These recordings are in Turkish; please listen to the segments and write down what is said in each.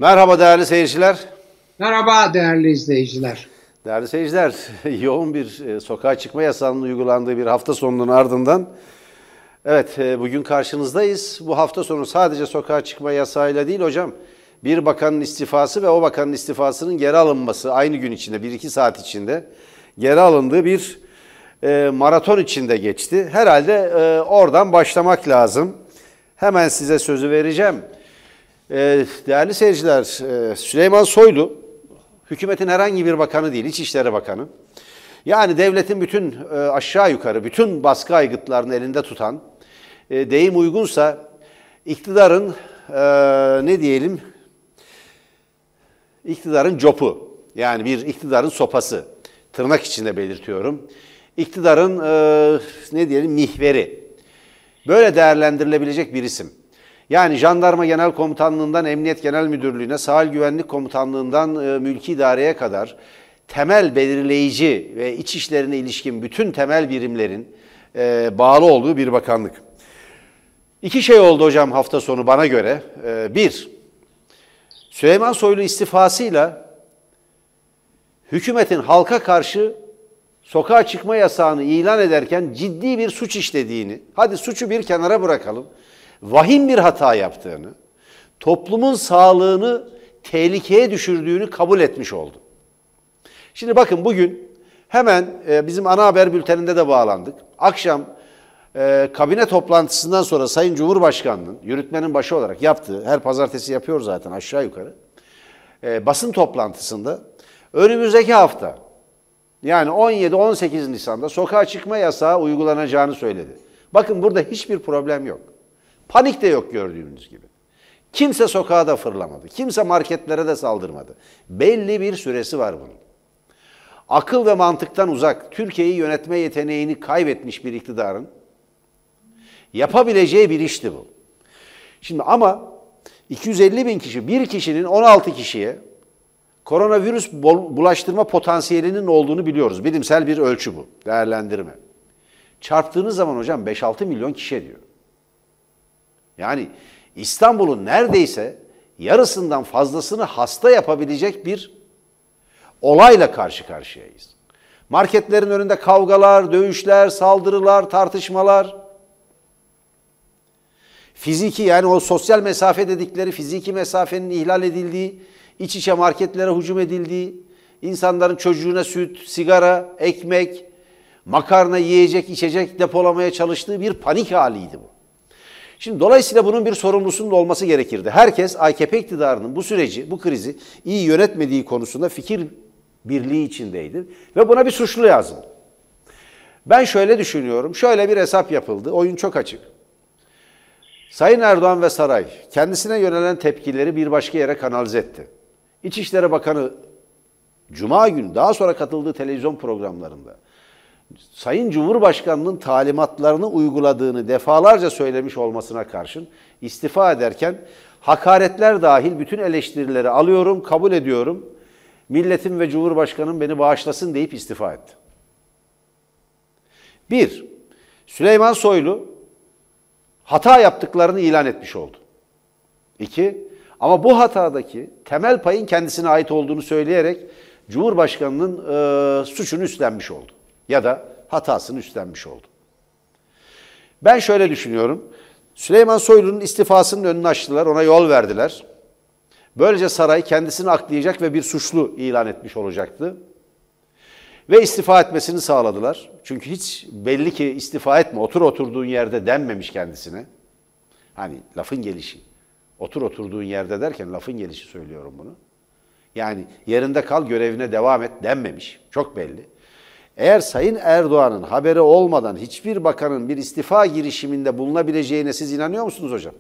Merhaba değerli seyirciler. Merhaba değerli izleyiciler. Değerli seyirciler, yoğun bir sokağa çıkma yasağının uygulandığı bir hafta sonunun ardından bugün karşınızdayız. Bu hafta sonu sadece sokağa çıkma yasağıyla değil hocam, bir bakanın istifası ve o bakanın istifasının geri alınması aynı gün içinde, 1-2 saat içinde geri alındığı bir maraton içinde geçti. Herhalde oradan başlamak lazım. Hemen size sözü vereceğim. Değerli seyirciler, Süleyman Soylu, hükümetin herhangi bir bakanı değil, İçişleri Bakanı. Yani devletin bütün aşağı yukarı bütün baskı aygıtlarını elinde tutan, deyim uygunsa iktidarın iktidarın copu, yani bir iktidarın sopası, tırnak içinde belirtiyorum. İktidarın mihveri, böyle değerlendirilebilecek bir isim. Yani Jandarma Genel Komutanlığından Emniyet Genel Müdürlüğü'ne, Sahil Güvenlik Komutanlığından Mülki İdare'ye kadar temel belirleyici ve iç işlerine ilişkin bütün temel birimlerin bağlı olduğu bir bakanlık. İki şey oldu hocam hafta sonu bana göre. Bir, Süleyman Soylu istifasıyla hükümetin halka karşı sokağa çıkma yasağını ilan ederken ciddi bir suç işlediğini, hadi suçu bir kenara bırakalım, vahim bir hata yaptığını, toplumun sağlığını tehlikeye düşürdüğünü kabul etmiş oldu. Şimdi bakın bugün hemen bizim ana haber bülteninde de bağlandık. Akşam kabine toplantısından sonra Sayın Cumhurbaşkanı'nın yürütmenin başı olarak yaptığı, her pazartesi yapıyor zaten aşağı yukarı, basın toplantısında önümüzdeki hafta yani 17-18 Nisan'da sokağa çıkma yasağı uygulanacağını söyledi. Bakın burada hiçbir problem yok. Panik de yok gördüğünüz gibi. Kimse sokağa da fırlamadı. Kimse marketlere de saldırmadı. Belli bir süresi var bunun. Akıl ve mantıktan uzak, Türkiye'yi yönetme yeteneğini kaybetmiş bir iktidarın yapabileceği bir işti bu. Şimdi ama 250 bin kişi, bir kişinin 16 kişiye koronavirüs bulaştırma potansiyelinin olduğunu biliyoruz. Bilimsel bir ölçü bu, değerlendirme. Çarptığınız zaman hocam 5-6 milyon kişi ediyor. Yani İstanbul'un neredeyse yarısından fazlasını hasta yapabilecek bir olayla karşı karşıyayız. Marketlerin önünde kavgalar, dövüşler, saldırılar, tartışmalar. Fiziki, yani o sosyal mesafe dedikleri fiziki mesafenin ihlal edildiği, iç içe marketlere hücum edildiği, insanların çocuğuna süt, sigara, ekmek, makarna, yiyecek, içecek depolamaya çalıştığı bir panik haliydi bu. Şimdi dolayısıyla bunun bir sorumlusunun da olması gerekirdi. Herkes AKP iktidarının bu süreci, bu krizi iyi yönetmediği konusunda fikir birliği içindeydi ve buna bir suçlu lazım. Ben şöyle düşünüyorum, şöyle bir hesap yapıldı, oyun çok açık. Sayın Erdoğan ve saray kendisine yönelen tepkileri bir başka yere kanalize etti. İçişleri Bakanı Cuma günü daha sonra katıldığı televizyon programlarında Sayın Cumhurbaşkanı'nın talimatlarını uyguladığını defalarca söylemiş olmasına karşın istifa ederken hakaretler dahil bütün eleştirileri alıyorum, kabul ediyorum. Milletim ve Cumhurbaşkanım beni bağışlasın deyip istifa etti. Bir, Süleyman Soylu hata yaptıklarını ilan etmiş oldu. İki, ama bu hatadaki temel payın kendisine ait olduğunu söyleyerek Cumhurbaşkanı'nın suçunu üstlenmiş oldu. Ya da hatasını üstlenmiş oldu. Ben şöyle düşünüyorum. Süleyman Soylu'nun istifasının önünü açtılar, ona yol verdiler. Böylece saray kendisini aklayacak ve bir suçlu ilan etmiş olacaktı. Ve istifa etmesini sağladılar. Çünkü hiç belli ki istifa etme, oturduğun yerde denmemiş kendisine. Hani lafın gelişi. Oturduğun yerde derken lafın gelişi söylüyorum bunu. Yani yerinde kal, görevine devam et denmemiş. Çok belli. Eğer Sayın Erdoğan'ın haberi olmadan hiçbir bakanın bir istifa girişiminde bulunabileceğine siz inanıyor musunuz hocam?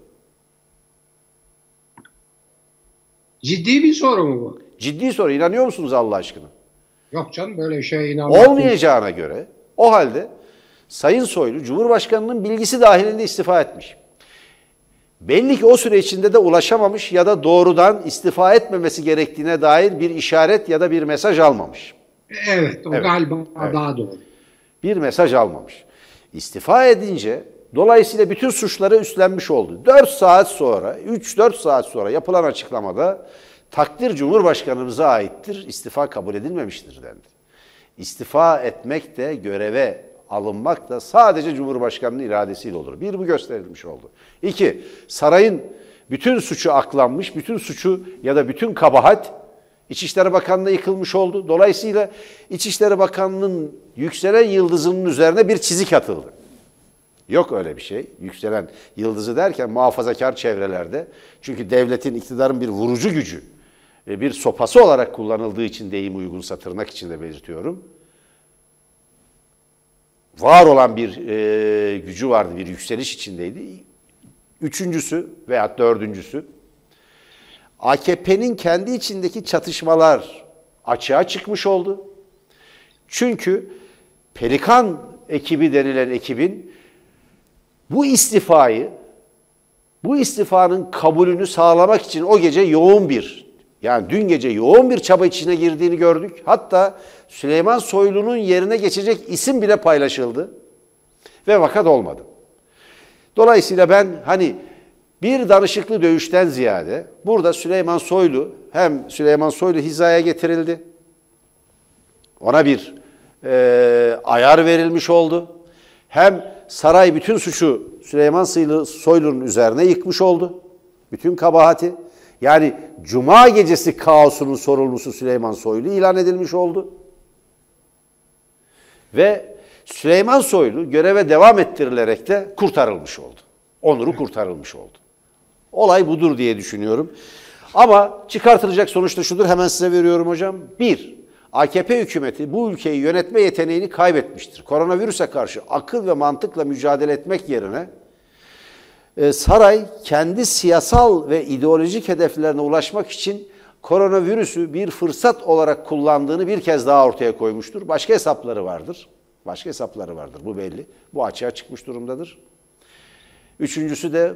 Ciddi bir soru mu bu? Ciddi soru. İnanıyor musunuz Allah aşkına? Yok canım, böyle şeye inanmak. Olmayacağına göre o halde Sayın Soylu Cumhurbaşkanı'nın bilgisi dahilinde istifa etmiş. Belli ki o süre içinde de ulaşamamış ya da doğrudan istifa etmemesi gerektiğine dair bir işaret ya da bir mesaj almamış. Evet, o galiba evet. daha doğru. Bir mesaj almamış. İstifa edince Dolayısıyla bütün suçları üstlenmiş oldu. 4 saat sonra, 3-4 saat sonra yapılan açıklamada takdir Cumhurbaşkanımıza aittir, istifa kabul edilmemiştir dendi. İstifa etmek de, göreve alınmak da sadece Cumhurbaşkanı'nın iradesiyle olur. Bir, bu gösterilmiş oldu. İki, sarayın bütün suçu aklanmış, bütün suçu ya da bütün kabahat İçişleri Bakanlığı'na yıkılmış oldu. Dolayısıyla İçişleri Bakanlığı'nın yükselen yıldızının üzerine bir çizik atıldı. Yok öyle bir şey. Yükselen yıldızı derken muhafazakar çevrelerde. Çünkü devletin, iktidarın bir vurucu gücü, bir sopası olarak kullanıldığı için deyim uygunsa tırnak içinde belirtiyorum. Var olan bir gücü vardı, bir yükseliş içindeydi. Üçüncüsü veya dördüncüsü, AKP'nin kendi içindeki çatışmalar açığa çıkmış oldu. Çünkü Pelikan ekibi denilen ekibin bu istifanın kabulünü sağlamak için o gece dün gece yoğun bir çaba içine girdiğini gördük. Hatta Süleyman Soylu'nun yerine geçecek isim bile paylaşıldı. Ve vakat olmadı. Dolayısıyla ben bir danışıklı dövüşten ziyade burada Süleyman Soylu hizaya getirildi. Ona bir ayar verilmiş oldu. Hem saray bütün suçu Süleyman Soylu'nun üzerine yıkmış oldu. Bütün kabahati. Yani Cuma gecesi kaosunun sorumlusu Süleyman Soylu ilan edilmiş oldu. Ve Süleyman Soylu göreve devam ettirilerek de kurtarılmış oldu. Onuru kurtarılmış oldu. Olay budur diye düşünüyorum. Ama çıkartılacak sonuç da şudur, hemen size veriyorum hocam. Bir, AKP hükümeti bu ülkeyi yönetme yeteneğini kaybetmiştir. Koronavirüse karşı akıl ve mantıkla mücadele etmek yerine saray kendi siyasal ve ideolojik hedeflerine ulaşmak için koronavirüsü bir fırsat olarak kullandığını bir kez daha ortaya koymuştur. Başka hesapları vardır. Bu belli. Bu açığa çıkmış durumdadır. Üçüncüsü de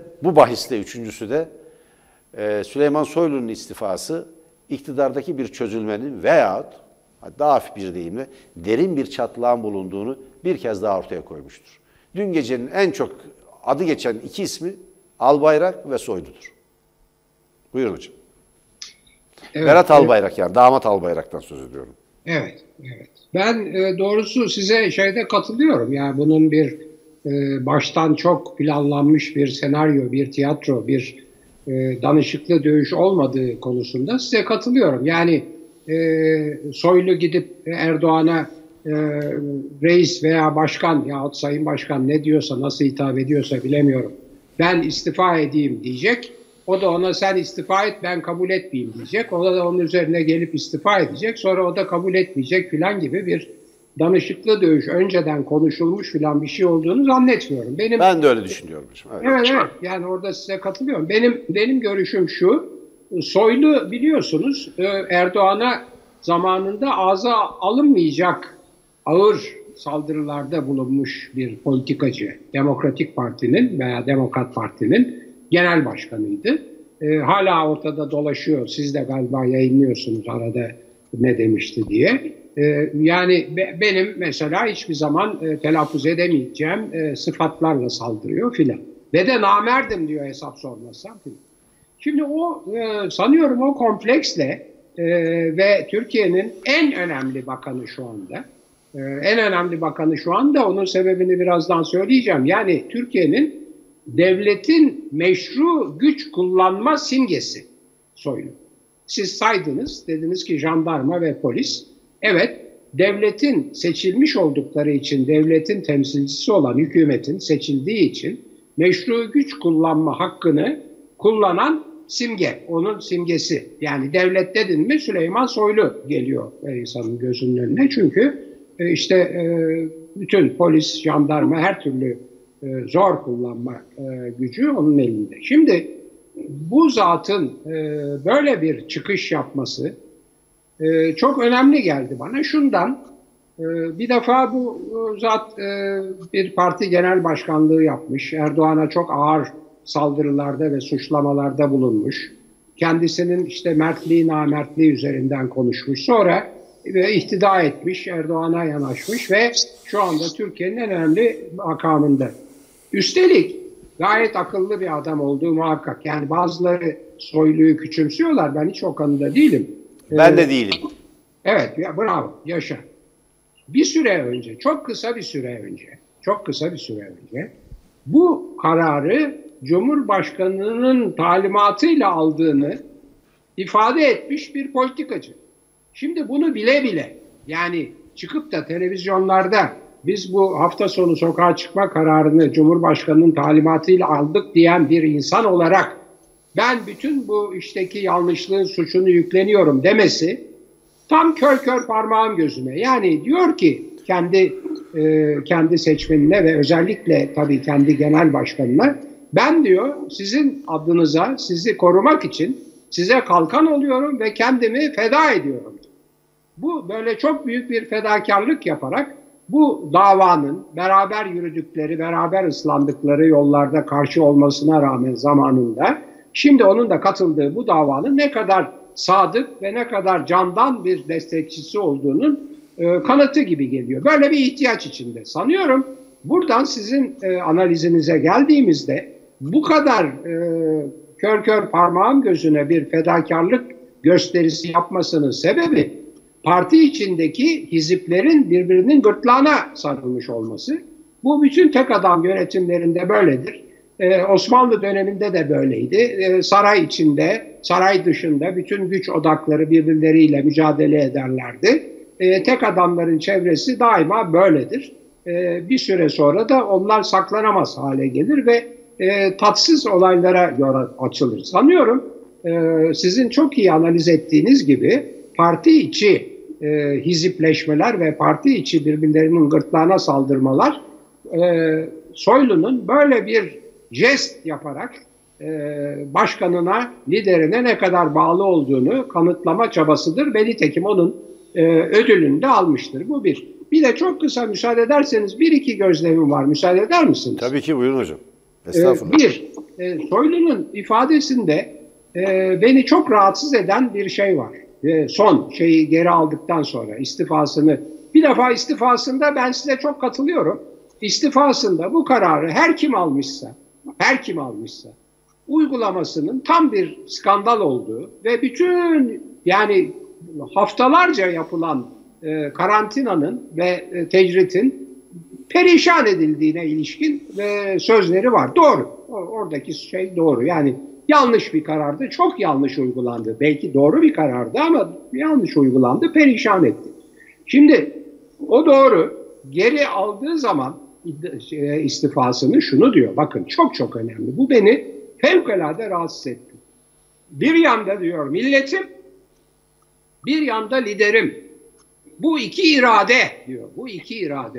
Süleyman Soylu'nun istifası iktidardaki bir çözülmenin veyahut daha hafif bir deyimle derin bir çatlağın bulunduğunu bir kez daha ortaya koymuştur. Dün gecenin en çok adı geçen iki ismi Albayrak ve Soylu'dur. Buyurun hocam. Evet, Berat Albayrak, yani damat Albayrak'tan söz ediyorum. Evet. Ben doğrusu size katılıyorum. Yani bunun bir baştan çok planlanmış bir senaryo, bir tiyatro, bir danışıklı dövüş olmadığı konusunda size katılıyorum. Yani Soylu gidip Erdoğan'a reis veya başkan yahut sayın başkan ne diyorsa, nasıl hitap ediyorsa bilemiyorum, ben istifa edeyim diyecek. O da ona sen istifa et, ben kabul etmeyeyim diyecek. O da onun üzerine gelip istifa edecek. Sonra o da kabul etmeyecek filan gibi bir danışıklı dövüş önceden konuşulmuş filan bir şey olduğunu zannetmiyorum. Ben de öyle düşünüyorum. Evet. Yani orada size katılıyorum. Benim görüşüm şu. Soylu biliyorsunuz Erdoğan'a zamanında ağza alınmayacak ağır saldırılarda bulunmuş bir politikacı. Demokratik Parti'nin veya Demokrat Parti'nin genel başkanıydı. Hala ortada dolaşıyor. Siz de galiba yayınlıyorsunuz arada ne demişti diye. Yani benim mesela hiçbir zaman telaffuz edemeyeceğim sıfatlarla saldırıyor filan. Ve de namerdim diyor hesap sormazsam filan. Şimdi sanıyorum o kompleksle ve Türkiye'nin en önemli bakanı şu anda, onun sebebini birazdan söyleyeceğim. Yani Türkiye'nin devletin meşru güç kullanma simgesi Soylu. Siz saydınız, dediniz ki jandarma ve polis. Evet, devletin seçilmiş oldukları için, devletin temsilcisi olan hükümetin seçildiği için meşru güç kullanma hakkını kullanan simge, onun simgesi. Yani devlet dedin mi Süleyman Soylu geliyor insanın gözünün önüne. Çünkü bütün polis, jandarma, her türlü zor kullanma gücü onun elinde. Şimdi bu zatın böyle bir çıkış yapması çok önemli geldi bana. Şundan, bir defa bu zat bir parti genel başkanlığı yapmış. Erdoğan'a çok ağır saldırılarda ve suçlamalarda bulunmuş. Kendisinin mertliği, namertliği üzerinden konuşmuş. Sonra ihtida etmiş, Erdoğan'a yanaşmış ve şu anda Türkiye'nin en önemli makamında. Üstelik gayet akıllı bir adam olduğu muhakkak. Yani bazıları Soylu'yu küçümsüyorlar. Ben hiç o konuda değilim. Ben de değilim. Evet, ya, bravo, yaşa. Bir süre önce, çok kısa bir süre önce bu kararı Cumhurbaşkanı'nın talimatıyla aldığını ifade etmiş bir politikacı. Şimdi bunu bile bile, yani çıkıp da televizyonlarda biz bu hafta sonu sokağa çıkma kararını Cumhurbaşkanı'nın talimatıyla aldık diyen bir insan olarak ben bütün bu işteki yanlışlığın suçunu yükleniyorum demesi tam kör kör parmağım gözüme. Yani diyor ki kendi seçmenine ve özellikle tabii kendi genel başkanına, ben diyor sizin adınıza, sizi korumak için size kalkan oluyorum ve kendimi feda ediyorum. Bu böyle çok büyük bir fedakarlık yaparak bu davanın beraber yürüdükleri, beraber ıslandıkları yollarda karşı olmasına rağmen zamanında şimdi onun da katıldığı bu davanın ne kadar sadık ve ne kadar candan bir destekçisi olduğunun kanıtı gibi geliyor. Böyle bir ihtiyaç içinde. Sanıyorum buradan sizin analizinize geldiğimizde bu kadar kör kör parmağım gözüne bir fedakarlık gösterisi yapmasının sebebi parti içindeki hiziplerin birbirinin gırtlağına sarılmış olması. Bu bütün tek adam yönetimlerinde böyledir. Osmanlı döneminde de böyleydi. Saray içinde, saray dışında bütün güç odakları birbirleriyle mücadele ederlerdi. Tek adamların çevresi daima böyledir. Bir süre sonra da onlar saklanamaz hale gelir ve tatsız olaylara yol açılır. Sanıyorum sizin çok iyi analiz ettiğiniz gibi parti içi hizipleşmeler ve parti içi birbirlerinin gırtlağına saldırmalar Soylu'nun böyle bir jest yaparak başkanına, liderine ne kadar bağlı olduğunu kanıtlama çabasıdır ve nitekim onun ödülünü de almıştır. Bu bir. Bir de çok kısa müsaade ederseniz bir iki gözlemim var. Müsaade eder misiniz? Tabii ki, buyurun hocam. Estağfurullah. Soylu'nun ifadesinde beni çok rahatsız eden bir şey var. Son şeyi geri aldıktan sonra istifasını, bir defa istifasında ben size çok katılıyorum. İstifasında bu kararı her kim almışsa uygulamasının tam bir skandal olduğu ve bütün yani haftalarca yapılan karantinanın ve tecritin perişan edildiğine ilişkin sözleri var. Doğru. Oradaki şey doğru. Yani yanlış bir karardı. Çok yanlış uygulandı. Belki doğru bir karardı ama yanlış uygulandı. Perişan etti. Şimdi o doğru. Geri aldığı zaman istifasını şunu diyor. Bakın çok çok önemli. Bu beni fevkalade rahatsız etti. Bir yanda diyor milletim, bir yanda liderim. Bu iki irade diyor. Bu iki irade.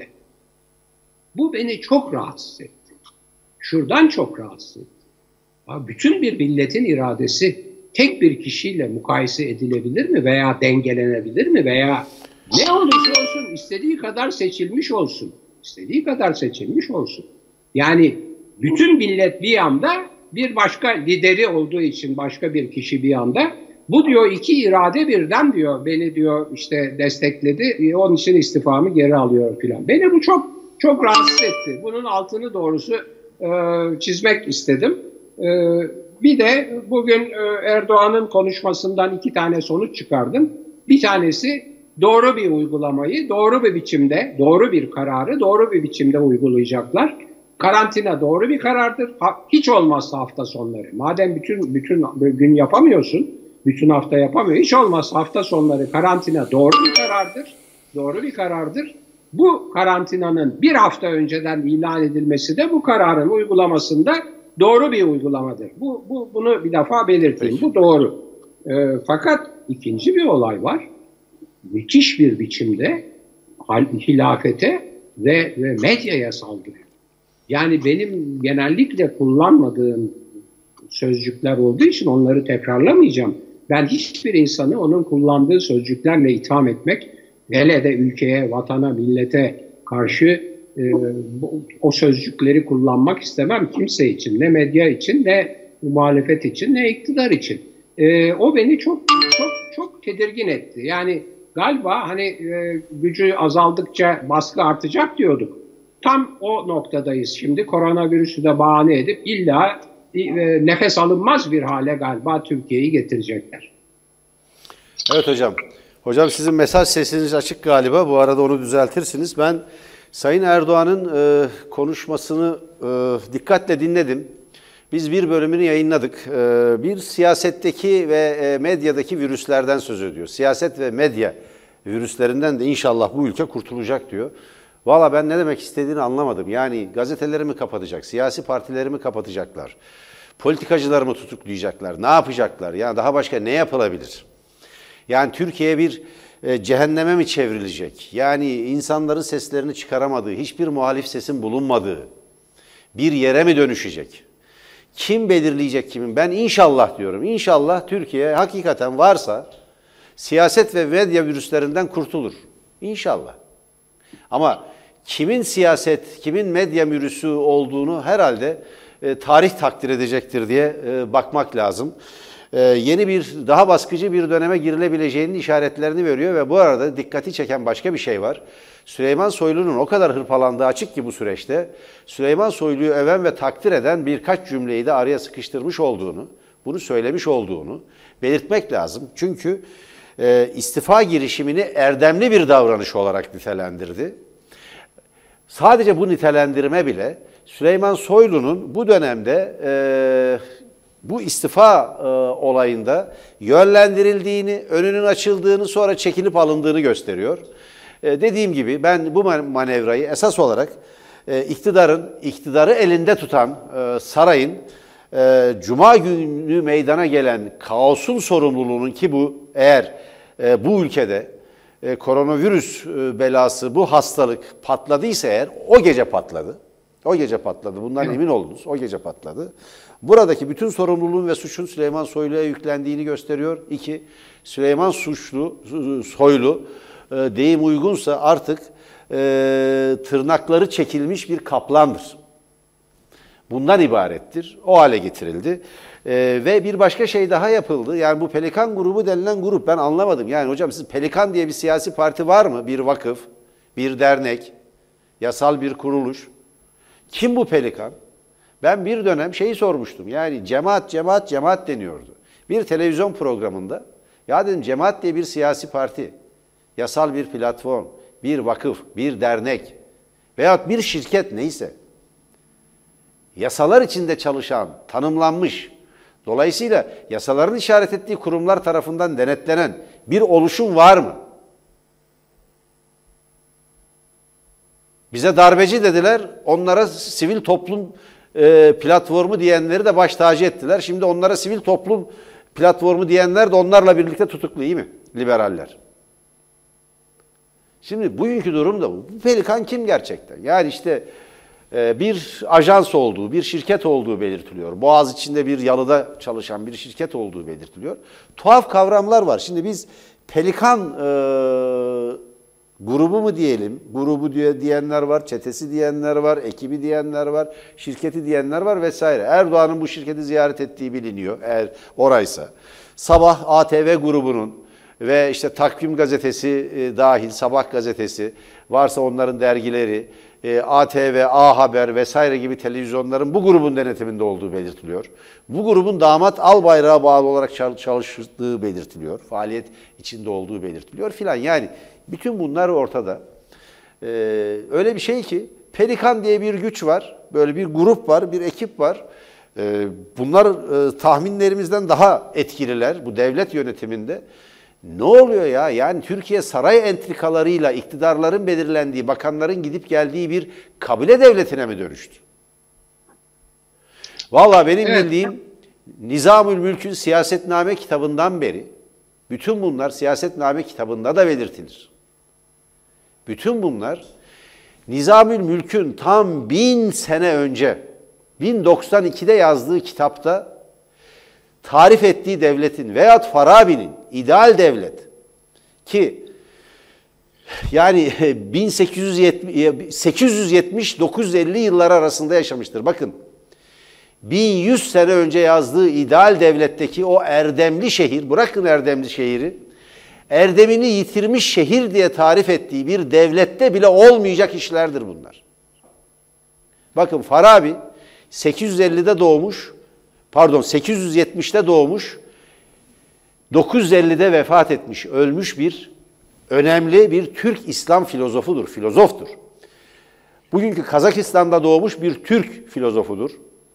Bu beni çok rahatsız etti. Şuradan çok rahatsız etti. Bütün bir milletin iradesi tek bir kişiyle mukayese edilebilir mi veya dengelenebilir mi veya ne olursa olsun istediği kadar seçilmiş olsun. İstediği kadar seçilmiş olsun. Yani bütün millet bir yanda, bir başka lideri olduğu için başka bir kişi bir yanda. Bu diyor iki irade birden diyor beni diyor işte destekledi. Onun için istifamı geri alıyor filan. Beni bu çok çok rahatsız etti. Bunun altını doğrusu çizmek istedim. Bir de bugün Erdoğan'ın konuşmasından iki tane sonuç çıkardım. Bir tanesi doğru bir uygulamayı, doğru bir biçimde, doğru bir kararı doğru bir biçimde uygulayacaklar. Karantina doğru bir karardır. Hiç olmazsa hafta sonları. Madem bütün gün yapamıyorsun, bütün hafta yapamıyor. Hiç olmazsa hafta sonları karantina doğru bir karardır. Doğru bir karardır. Bu karantinanın bir hafta önceden ilan edilmesi de bu kararın uygulamasında doğru bir uygulamadır. Bunu bir defa belirteyim. Bu doğru. Fakat ikinci bir olay var. Müthiş bir biçimde hilafete ve medyaya saldırıyor. Yani benim genellikle kullanmadığım sözcükler olduğu için onları tekrarlamayacağım. Ben hiçbir insanı onun kullandığı sözcüklerle itham etmek, hele de ülkeye, vatana, millete karşı o sözcükleri kullanmak istemem kimse için. Ne medya için, ne muhalefet için, ne iktidar için. O beni çok tedirgin etti. Yani galiba hani gücü azaldıkça baskı artacak diyorduk. Tam o noktadayız şimdi. Koronavirüsü de bahane edip illa nefes alınmaz bir hale galiba Türkiye'yi getirecekler. Evet hocam. Hocam sizin mesaj sesiniz açık galiba. Bu arada onu düzeltirsiniz. Ben Sayın Erdoğan'ın konuşmasını dikkatle dinledim. Biz bir bölümünü yayınladık. Bir siyasetteki ve medyadaki virüslerden söz ediyor. Siyaset ve medya virüslerinden de inşallah bu ülke kurtulacak diyor. Valla ben ne demek istediğini anlamadım. Yani gazeteleri mi kapatacak, siyasi partileri mi kapatacaklar, politikacıları mı tutuklayacaklar, ne yapacaklar? Yani daha başka ne yapılabilir? Yani Türkiye bir cehenneme mi çevrilecek? Yani insanların seslerini çıkaramadığı, hiçbir muhalif sesin bulunmadığı bir yere mi dönüşecek? Kim belirleyecek kimin? Ben inşallah diyorum. İnşallah Türkiye hakikaten varsa siyaset ve medya virüslerinden kurtulur. İnşallah. Ama kimin siyaset, kimin medya virüsü olduğunu herhalde tarih takdir edecektir diye bakmak lazım. Yeni bir, daha baskıcı bir döneme girilebileceğinin işaretlerini veriyor ve bu arada dikkati çeken başka bir şey var. Süleyman Soylu'nun o kadar hırpalandığı açık ki bu süreçte, Süleyman Soylu'yu öven ve takdir eden birkaç cümleyi de araya sıkıştırmış olduğunu, bunu söylemiş olduğunu belirtmek lazım. Çünkü istifa girişimini erdemli bir davranış olarak nitelendirdi. Sadece bu nitelendirme bile Süleyman Soylu'nun bu dönemde bu istifa olayında yönlendirildiğini, önünün açıldığını, sonra çekilip alındığını gösteriyor. Dediğim gibi ben bu manevrayı esas olarak iktidarı elinde tutan sarayın Cuma günü meydana gelen kaosun sorumluluğunun ki bu eğer bu ülkede koronavirüs belası, bu hastalık patladıysa eğer o gece patladı. O gece patladı. Bundan emin oldunuz. O gece patladı. Buradaki bütün sorumluluğun ve suçun Süleyman Soylu'ya yüklendiğini gösteriyor. İki, Süleyman Soylu deyim uygunsa artık tırnakları çekilmiş bir kaplandır. Bundan ibarettir. O hale getirildi. Ve bir başka şey daha yapıldı. Yani bu Pelikan grubu denilen grup ben anlamadım. Yani hocam siz Pelikan diye bir siyasi parti var mı? Bir vakıf, bir dernek, yasal bir kuruluş. Kim bu Pelikan? Ben bir dönem şeyi sormuştum. Yani cemaat deniyordu. Bir televizyon programında ya dedim cemaat diye bir siyasi parti, yasal bir platform, bir vakıf, bir dernek veyahut bir şirket neyse yasalar içinde çalışan, tanımlanmış, dolayısıyla yasaların işaret ettiği kurumlar tarafından denetlenen bir oluşum var mı? Bize darbeci dediler, onlara sivil toplum platformu diyenleri de baş tacı ettiler. Şimdi onlara sivil toplum platformu diyenler de onlarla birlikte tutuklu, iyi mi? Liberaller. Şimdi bugünkü durum da bu. Bu Pelikan kim gerçekten? Yani işte bir ajans olduğu, bir şirket olduğu belirtiliyor. Boğaz içinde bir yalıda çalışan bir şirket olduğu belirtiliyor. Tuhaf kavramlar var. Şimdi biz Pelikan grubu mu diyelim, grubu diyenler var, çetesi diyenler var, ekibi diyenler var, şirketi diyenler var vesaire. Erdoğan'ın bu şirketi ziyaret ettiği biliniyor eğer oraysa. Sabah ATV grubunun ve işte Takvim gazetesi dahil, Sabah gazetesi, varsa onların dergileri, ATV, A Haber vesaire gibi televizyonların bu grubun denetiminde olduğu belirtiliyor. Bu grubun damat Albayrak'a bağlı olarak çalıştığı belirtiliyor. Faaliyet içinde olduğu belirtiliyor filan. Yani bütün bunlar ortada. Öyle bir şey ki Pelikan diye bir güç var, böyle bir grup var, bir ekip var. Bunlar tahminlerimizden daha etkililer bu devlet yönetiminde. Ne oluyor ya? Yani Türkiye saray entrikalarıyla iktidarların belirlendiği, bakanların gidip geldiği bir kabile devletine mi dönüştü? Vallahi benim bildiğim Nizamül Mülk'ün Siyasetname kitabından beri bütün bunlar Siyasetname kitabında da belirtilir. Bütün bunlar Nizamül Mülk'ün tam 1000 sene önce 1092'de yazdığı kitapta tarif ettiği devletin veyahut Farabi'nin ideal devlet ki yani 870-950 yıllar arasında yaşamıştır. Bakın 1100 sene önce yazdığı ideal devletteki o erdemli şehir, bırakın erdemli şehri, erdemini yitirmiş şehir diye tarif ettiği bir devlette bile olmayacak işlerdir bunlar. Bakın Farabi 850'de doğmuş, pardon 870'te doğmuş, 950'de vefat etmiş, ölmüş bir önemli bir Türk İslam filozofudur, filozoftur. Bugünkü Kazakistan'da doğmuş bir Türk filozofudur.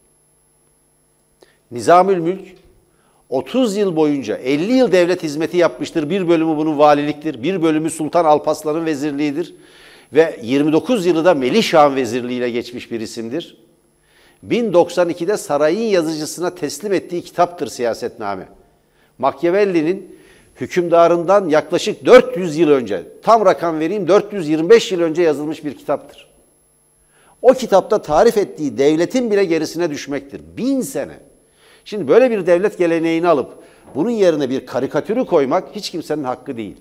Nizamül Mülk 30 yıl boyunca 50 yıl devlet hizmeti yapmıştır. Bir bölümü bunun valiliktir, bir bölümü Sultan Alparslan'ın vezirliğidir ve 29 yılı da Melih Şah'ın vezirliğiyle geçmiş bir isimdir. 1092'de sarayın yazıcısına teslim ettiği kitaptır Siyasetname. Machiavelli'nin hükümdarından yaklaşık 400 yıl önce, tam rakam vereyim 425 yıl önce yazılmış bir kitaptır. O kitapta tarif ettiği devletin bile gerisine düşmektir. 1000 sene. Şimdi böyle bir devlet geleneğini alıp bunun yerine bir karikatürü koymak hiç kimsenin hakkı değil.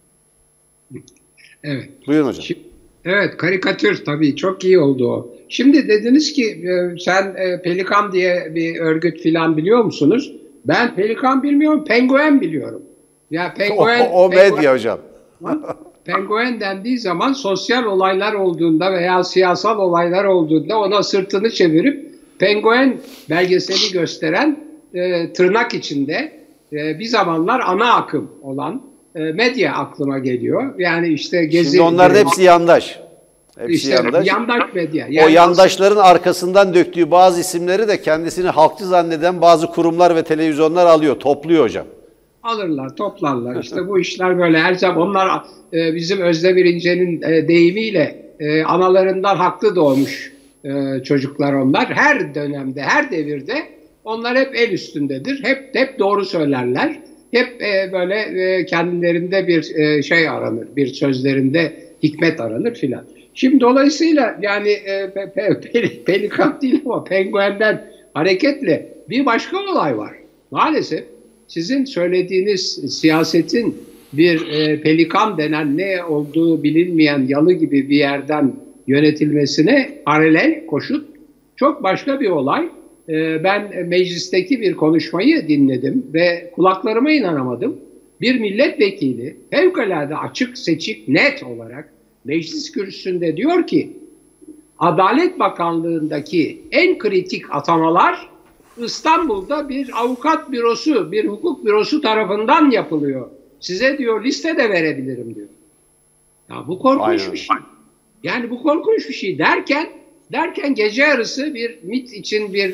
Evet. Buyurun hocam. Evet, karikatür tabii çok iyi oldu o. Şimdi dediniz ki sen Pelikan diye bir örgüt filan biliyor musunuz? Ben Pelikan bilmiyorum, Penguen biliyorum. Ya Penguen, o medya hocam. Penguen dendiği zaman sosyal olaylar olduğunda veya siyasal olaylar olduğunda ona sırtını çevirip Penguen belgeseli gösteren tırnak içinde bir zamanlar ana akım olan medya aklıma geliyor. Yani işte Gezi... Şimdi onların hepsi yandaş. Hepsi işte yandaş. yandaş medya. Yani o yandaşların arkasından döktüğü bazı isimleri de kendisini halkçı zanneden bazı kurumlar ve televizyonlar alıyor, topluyor hocam. Alırlar, toplarlar. İşte bu işler böyle her zaman. Onlar bizim Özdemir İnce'nin deyimiyle analarından haklı doğmuş çocuklar onlar. Her dönemde, her devirde onlar hep el üstündedir. Hep doğru söylerler. Hep böyle kendilerinde bir şey aranır, bir sözlerinde hikmet aranır filan. Şimdi dolayısıyla yani Pelikan değil ama Penguen'den hareketle bir başka olay var. Maalesef sizin söylediğiniz siyasetin bir pelikan denen ne olduğu bilinmeyen yalı gibi bir yerden yönetilmesine paralel koşut çok başka bir olay. Ben meclisteki bir konuşmayı dinledim ve kulaklarıma inanamadım. Bir milletvekili fevkalade açık, seçik, net olarak meclis kürsüsünde diyor ki Adalet Bakanlığı'ndaki en kritik atamalar İstanbul'da bir avukat bürosu, bir hukuk bürosu tarafından yapılıyor. Size diyor liste de verebilirim diyor. Ya bu korkunç bir şey. Yani bu korkunç bir şey derken gece yarısı bir MİT için bir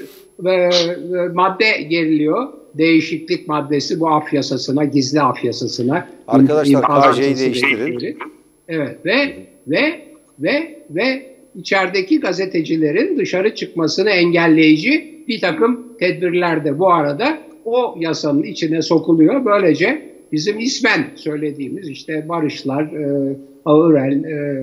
madde geriliyor. Değişiklik maddesi bu af yasasına, gizli af yasasına. Arkadaşlar KJ'yi değiştirin. Evet ve içerideki gazetecilerin dışarı çıkmasını engelleyici bir takım tedbirler de bu arada o yasanın içine sokuluyor. Böylece bizim ismen söylediğimiz işte Barışlar, Ağırel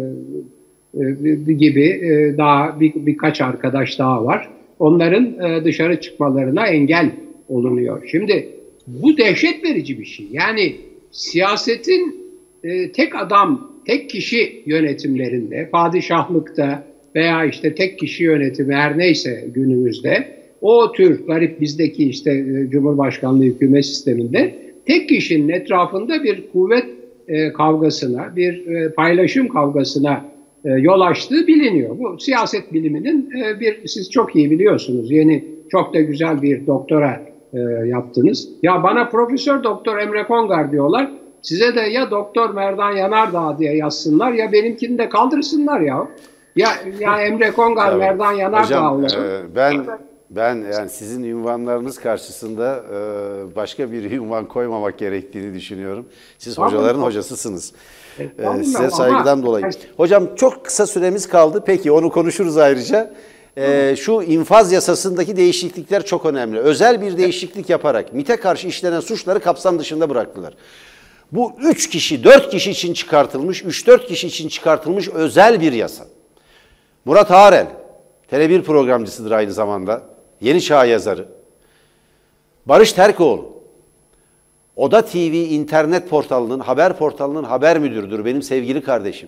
gibi daha birkaç arkadaş daha var. Onların dışarı çıkmalarına engel olunuyor. Şimdi bu dehşet verici bir şey. Yani siyasetin tek adam, tek kişi yönetimlerinde, padişahlıkta veya işte tek kişi yönetimi her neyse günümüzde o tür garip bizdeki işte Cumhurbaşkanlığı hükümet sisteminde tek kişinin etrafında bir kuvvet kavgasına, bir paylaşım kavgasına yol açtığı biliniyor. Bu siyaset biliminin siz çok iyi biliyorsunuz. Yeni çok da güzel bir doktora yaptınız. Ya bana Profesör Doktor Emre Kongar diyorlar. Size de ya Doktor Merdan Yanardağ diye yazsınlar ya benimkini de kaldırsınlar ya. Ya Emre Kongar, evet. Merdan Yanardağ olur. Ben yani sizin ünvanlarınız karşısında başka bir ünvan koymamak gerektiğini düşünüyorum. Siz hocaların hocasısınız. Size saygıdan dolayı. Hocam çok kısa süremiz kaldı. Peki onu konuşuruz ayrıca. Şu infaz yasasındaki değişiklikler çok önemli. Özel bir değişiklik yaparak MİT'e karşı işlenen suçları kapsam dışında bıraktılar. Bu 3 kişi, 4 kişi için çıkartılmış, 3-4 kişi için çıkartılmış özel bir yasa. Murat Ağarel, Tele1 programcısıdır aynı zamanda. Yeni Çağ yazarı. Barış Terkoğlu, Oda TV internet portalının, haber portalının haber müdürüdür. Benim sevgili kardeşim.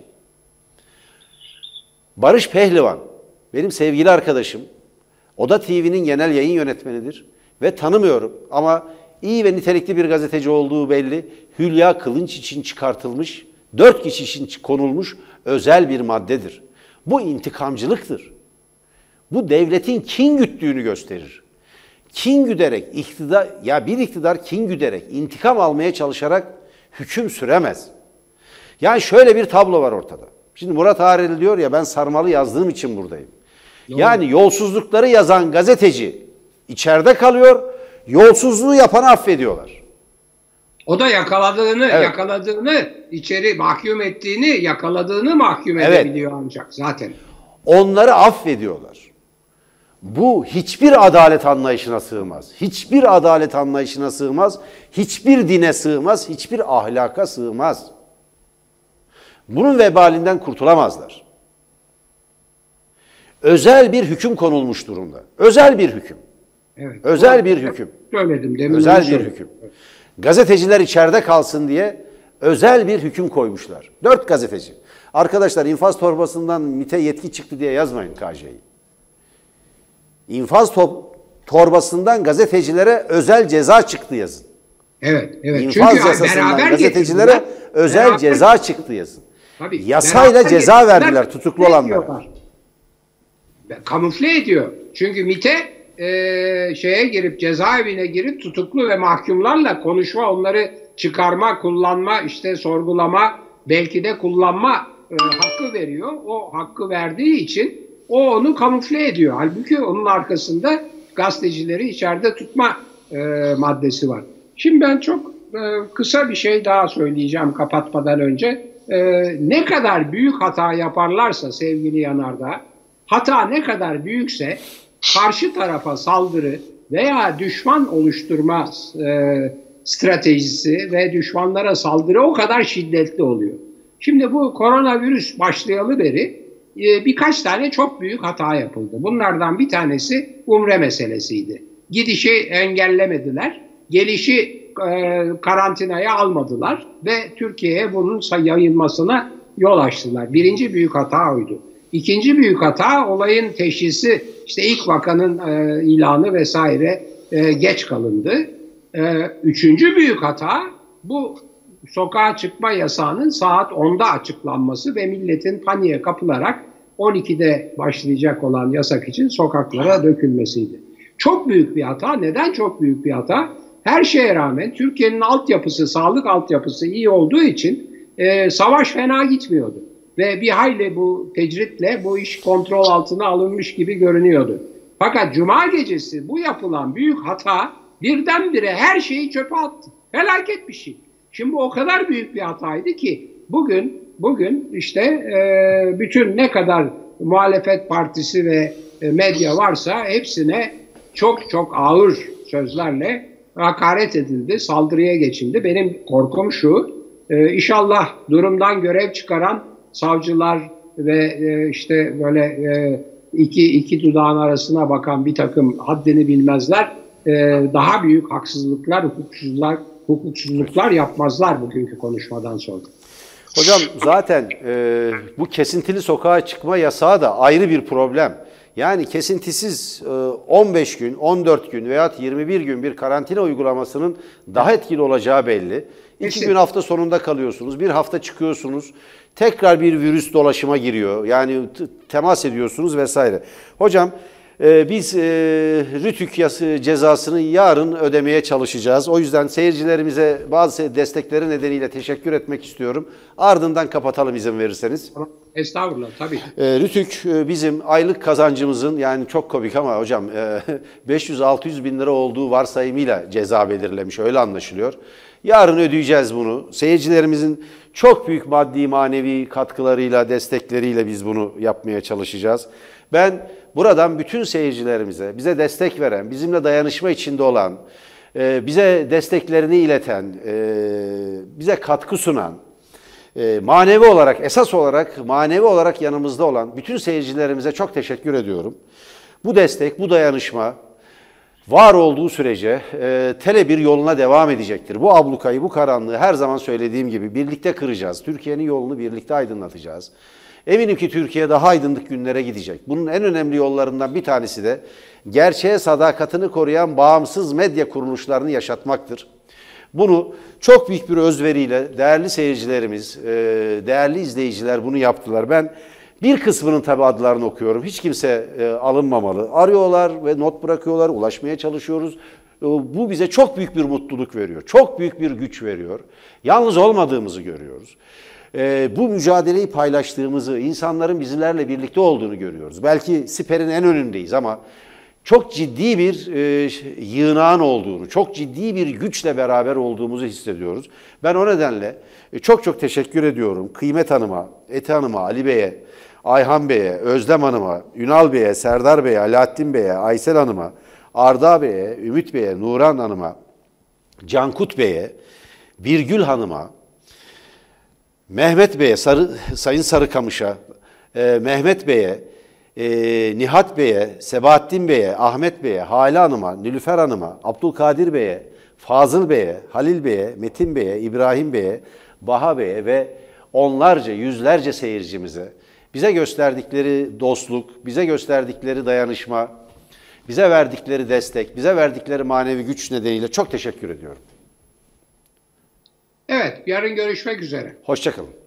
Barış Pehlivan, benim sevgili arkadaşım. Oda TV'nin genel yayın yönetmenidir. Ve tanımıyorum ama iyi ve nitelikli bir gazeteci olduğu belli. Hülya Kılınç için çıkartılmış, 4 kişi için konulmuş özel bir maddedir. Bu intikamcılıktır. Bu devletin kin güttüğünü gösterir. Kin güderek, bir iktidar kin güderek, intikam almaya çalışarak hüküm süremez. Yani şöyle bir tablo var ortada. Şimdi Murat Ağreli diyor ya, ben Sarmal'ı yazdığım için buradayım. Doğru. Yani yolsuzlukları yazan gazeteci içeride kalıyor, yolsuzluğu yapanı affediyorlar. O da yakaladığını içeri mahkum ettiğini, yakaladığını mahkum edebiliyor ancak zaten. Onları affediyorlar. Bu hiçbir adalet anlayışına sığmaz. Hiçbir adalet anlayışına sığmaz. Hiçbir dine sığmaz. Hiçbir ahlaka sığmaz. Bunun vebalinden kurtulamazlar. Özel bir hüküm konulmuş durumda. Özel bir hüküm. Evet, özel bir hüküm. Söyledim demin. Özel bir hüküm. Gazeteciler içeride kalsın diye özel bir hüküm koymuşlar. 4 gazeteci. Arkadaşlar, infaz torbasından MİT'e yetki çıktı diye yazmayın KJ'yi. İnfaz torbasından gazetecilere özel ceza çıktı yazın. Evet. İnfaz çünkü yasasından gazetecilere özel ceza çıktı yazın. Tabii, yasayla ceza verdiler tutuklu olanlara. Kamufle ediyor. Çünkü MİT'e cezaevine girip tutuklu ve mahkumlarla konuşma, onları çıkarma, kullanma, sorgulama, belki de kullanma hakkı veriyor. O hakkı verdiği için onu kamufle ediyor. Halbuki onun arkasında gazetecileri içeride tutma maddesi var. Şimdi ben çok kısa bir şey daha söyleyeceğim kapatmadan önce. Ne kadar büyük hata yaparlarsa sevgili Yanardağ, hata ne kadar büyükse karşı tarafa saldırı veya düşman oluşturma stratejisi ve düşmanlara saldırı o kadar şiddetli oluyor. Şimdi bu koronavirüs başlayalı beri birkaç tane çok büyük hata yapıldı. Bunlardan bir tanesi Umre meselesiydi. Gidişi engellemediler, gelişi karantinaya almadılar ve Türkiye'ye bunun yayılmasına yol açtılar. Birinci büyük hata oydu. İkinci büyük hata olayın teşhisi, ilk vakanın ilanı vesaire geç kalındı. Üçüncü büyük hata bu sokağa çıkma yasağının saat 10'da açıklanması ve milletin paniğe kapılarak 12'de başlayacak olan yasak için sokaklara dökülmesiydi. Çok büyük bir hata. Neden çok büyük bir hata? Her şeye rağmen Türkiye'nin altyapısı, sağlık altyapısı iyi olduğu için savaş fena gitmiyordu. Ve bir hayli bu tecritle bu iş kontrol altına alınmış gibi görünüyordu. Fakat Cuma gecesi bu yapılan büyük hata birdenbire her şeyi çöpe attı. Felaket bir şey. Şimdi o kadar büyük bir hataydı ki bugün bütün ne kadar muhalefet partisi ve medya varsa hepsine çok çok ağır sözlerle hakaret edildi, saldırıya geçildi. Benim korkum şu, inşallah durumdan görev çıkaran savcılar ve iki dudağın arasına bakan bir takım haddini bilmezler, daha büyük haksızlıklar, hukuksuzluklar yapmazlar bugünkü konuşmadan sonra. Hocam zaten bu kesintili sokağa çıkma yasağı da ayrı bir problem. Yani kesintisiz 15 gün, 14 gün veya 21 gün bir karantina uygulamasının daha etkili olacağı belli. 2 gün hafta sonunda kalıyorsunuz, bir hafta çıkıyorsunuz, tekrar bir virüs dolaşıma giriyor. Yani temas ediyorsunuz vesaire. Hocam biz Rütük cezasını yarın ödemeye çalışacağız. O yüzden seyircilerimize bazı destekleri nedeniyle teşekkür etmek istiyorum. Ardından kapatalım izin verirseniz. Estağfurullah, tabii. Rütük bizim aylık kazancımızın, yani çok komik ama hocam 500-600 bin lira olduğu varsayımıyla ceza belirlemiş, öyle anlaşılıyor. Yarın ödeyeceğiz bunu. Seyircilerimizin çok büyük maddi manevi katkılarıyla, destekleriyle biz bunu yapmaya çalışacağız. Ben buradan bütün seyircilerimize, bize destek veren, bizimle dayanışma içinde olan, bize desteklerini ileten, bize katkı sunan, manevi olarak, esas olarak manevi olarak yanımızda olan bütün seyircilerimize çok teşekkür ediyorum. Bu destek, bu dayanışma var olduğu sürece Tele1 yoluna devam edecektir. Bu ablukayı, bu karanlığı her zaman söylediğim gibi birlikte kıracağız. Türkiye'nin yolunu birlikte aydınlatacağız. Eminim ki Türkiye daha aydınlık günlere gidecek. Bunun en önemli yollarından bir tanesi de gerçeğe sadakatini koruyan bağımsız medya kuruluşlarını yaşatmaktır. Bunu çok büyük bir özveriyle değerli seyircilerimiz, değerli izleyiciler bunu yaptılar. Ben Bir kısmının tabii adlarını okuyorum. Hiç kimse alınmamalı. Arıyorlar ve not bırakıyorlar, ulaşmaya çalışıyoruz. Bu bize çok büyük bir mutluluk veriyor. Çok büyük bir güç veriyor. Yalnız olmadığımızı görüyoruz. Bu mücadeleyi paylaştığımızı, insanların bizlerle birlikte olduğunu görüyoruz. Belki siperin en önündeyiz ama çok ciddi bir yığınağın olduğunu, çok ciddi bir güçle beraber olduğumuzu hissediyoruz. Ben o nedenle çok çok teşekkür ediyorum Kıymet Hanım'a, Eti Hanım'a, Ali Bey'e, Ayhan Bey'e, Özlem Hanım'a, Ünal Bey'e, Serdar Bey'e, Alaaddin Bey'e, Aysel Hanım'a, Arda Bey'e, Ümit Bey'e, Nuran Hanım'a, Cankut Bey'e, Birgül Hanım'a, Mehmet Bey'e, Sayın Sarıkamış'a, Mehmet Bey'e, Nihat Bey'e, Sebahattin Bey'e, Ahmet Bey'e, Hale Hanım'a, Nilüfer Hanım'a, Abdülkadir Bey'e, Fazıl Bey'e, Halil Bey'e, Metin Bey'e, İbrahim Bey'e, Baha Bey'e ve onlarca, yüzlerce seyircimize bize gösterdikleri dostluk, bize gösterdikleri dayanışma, bize verdikleri destek, bize verdikleri manevi güç nedeniyle çok teşekkür ediyorum. Evet, yarın görüşmek üzere. Hoşça kalın.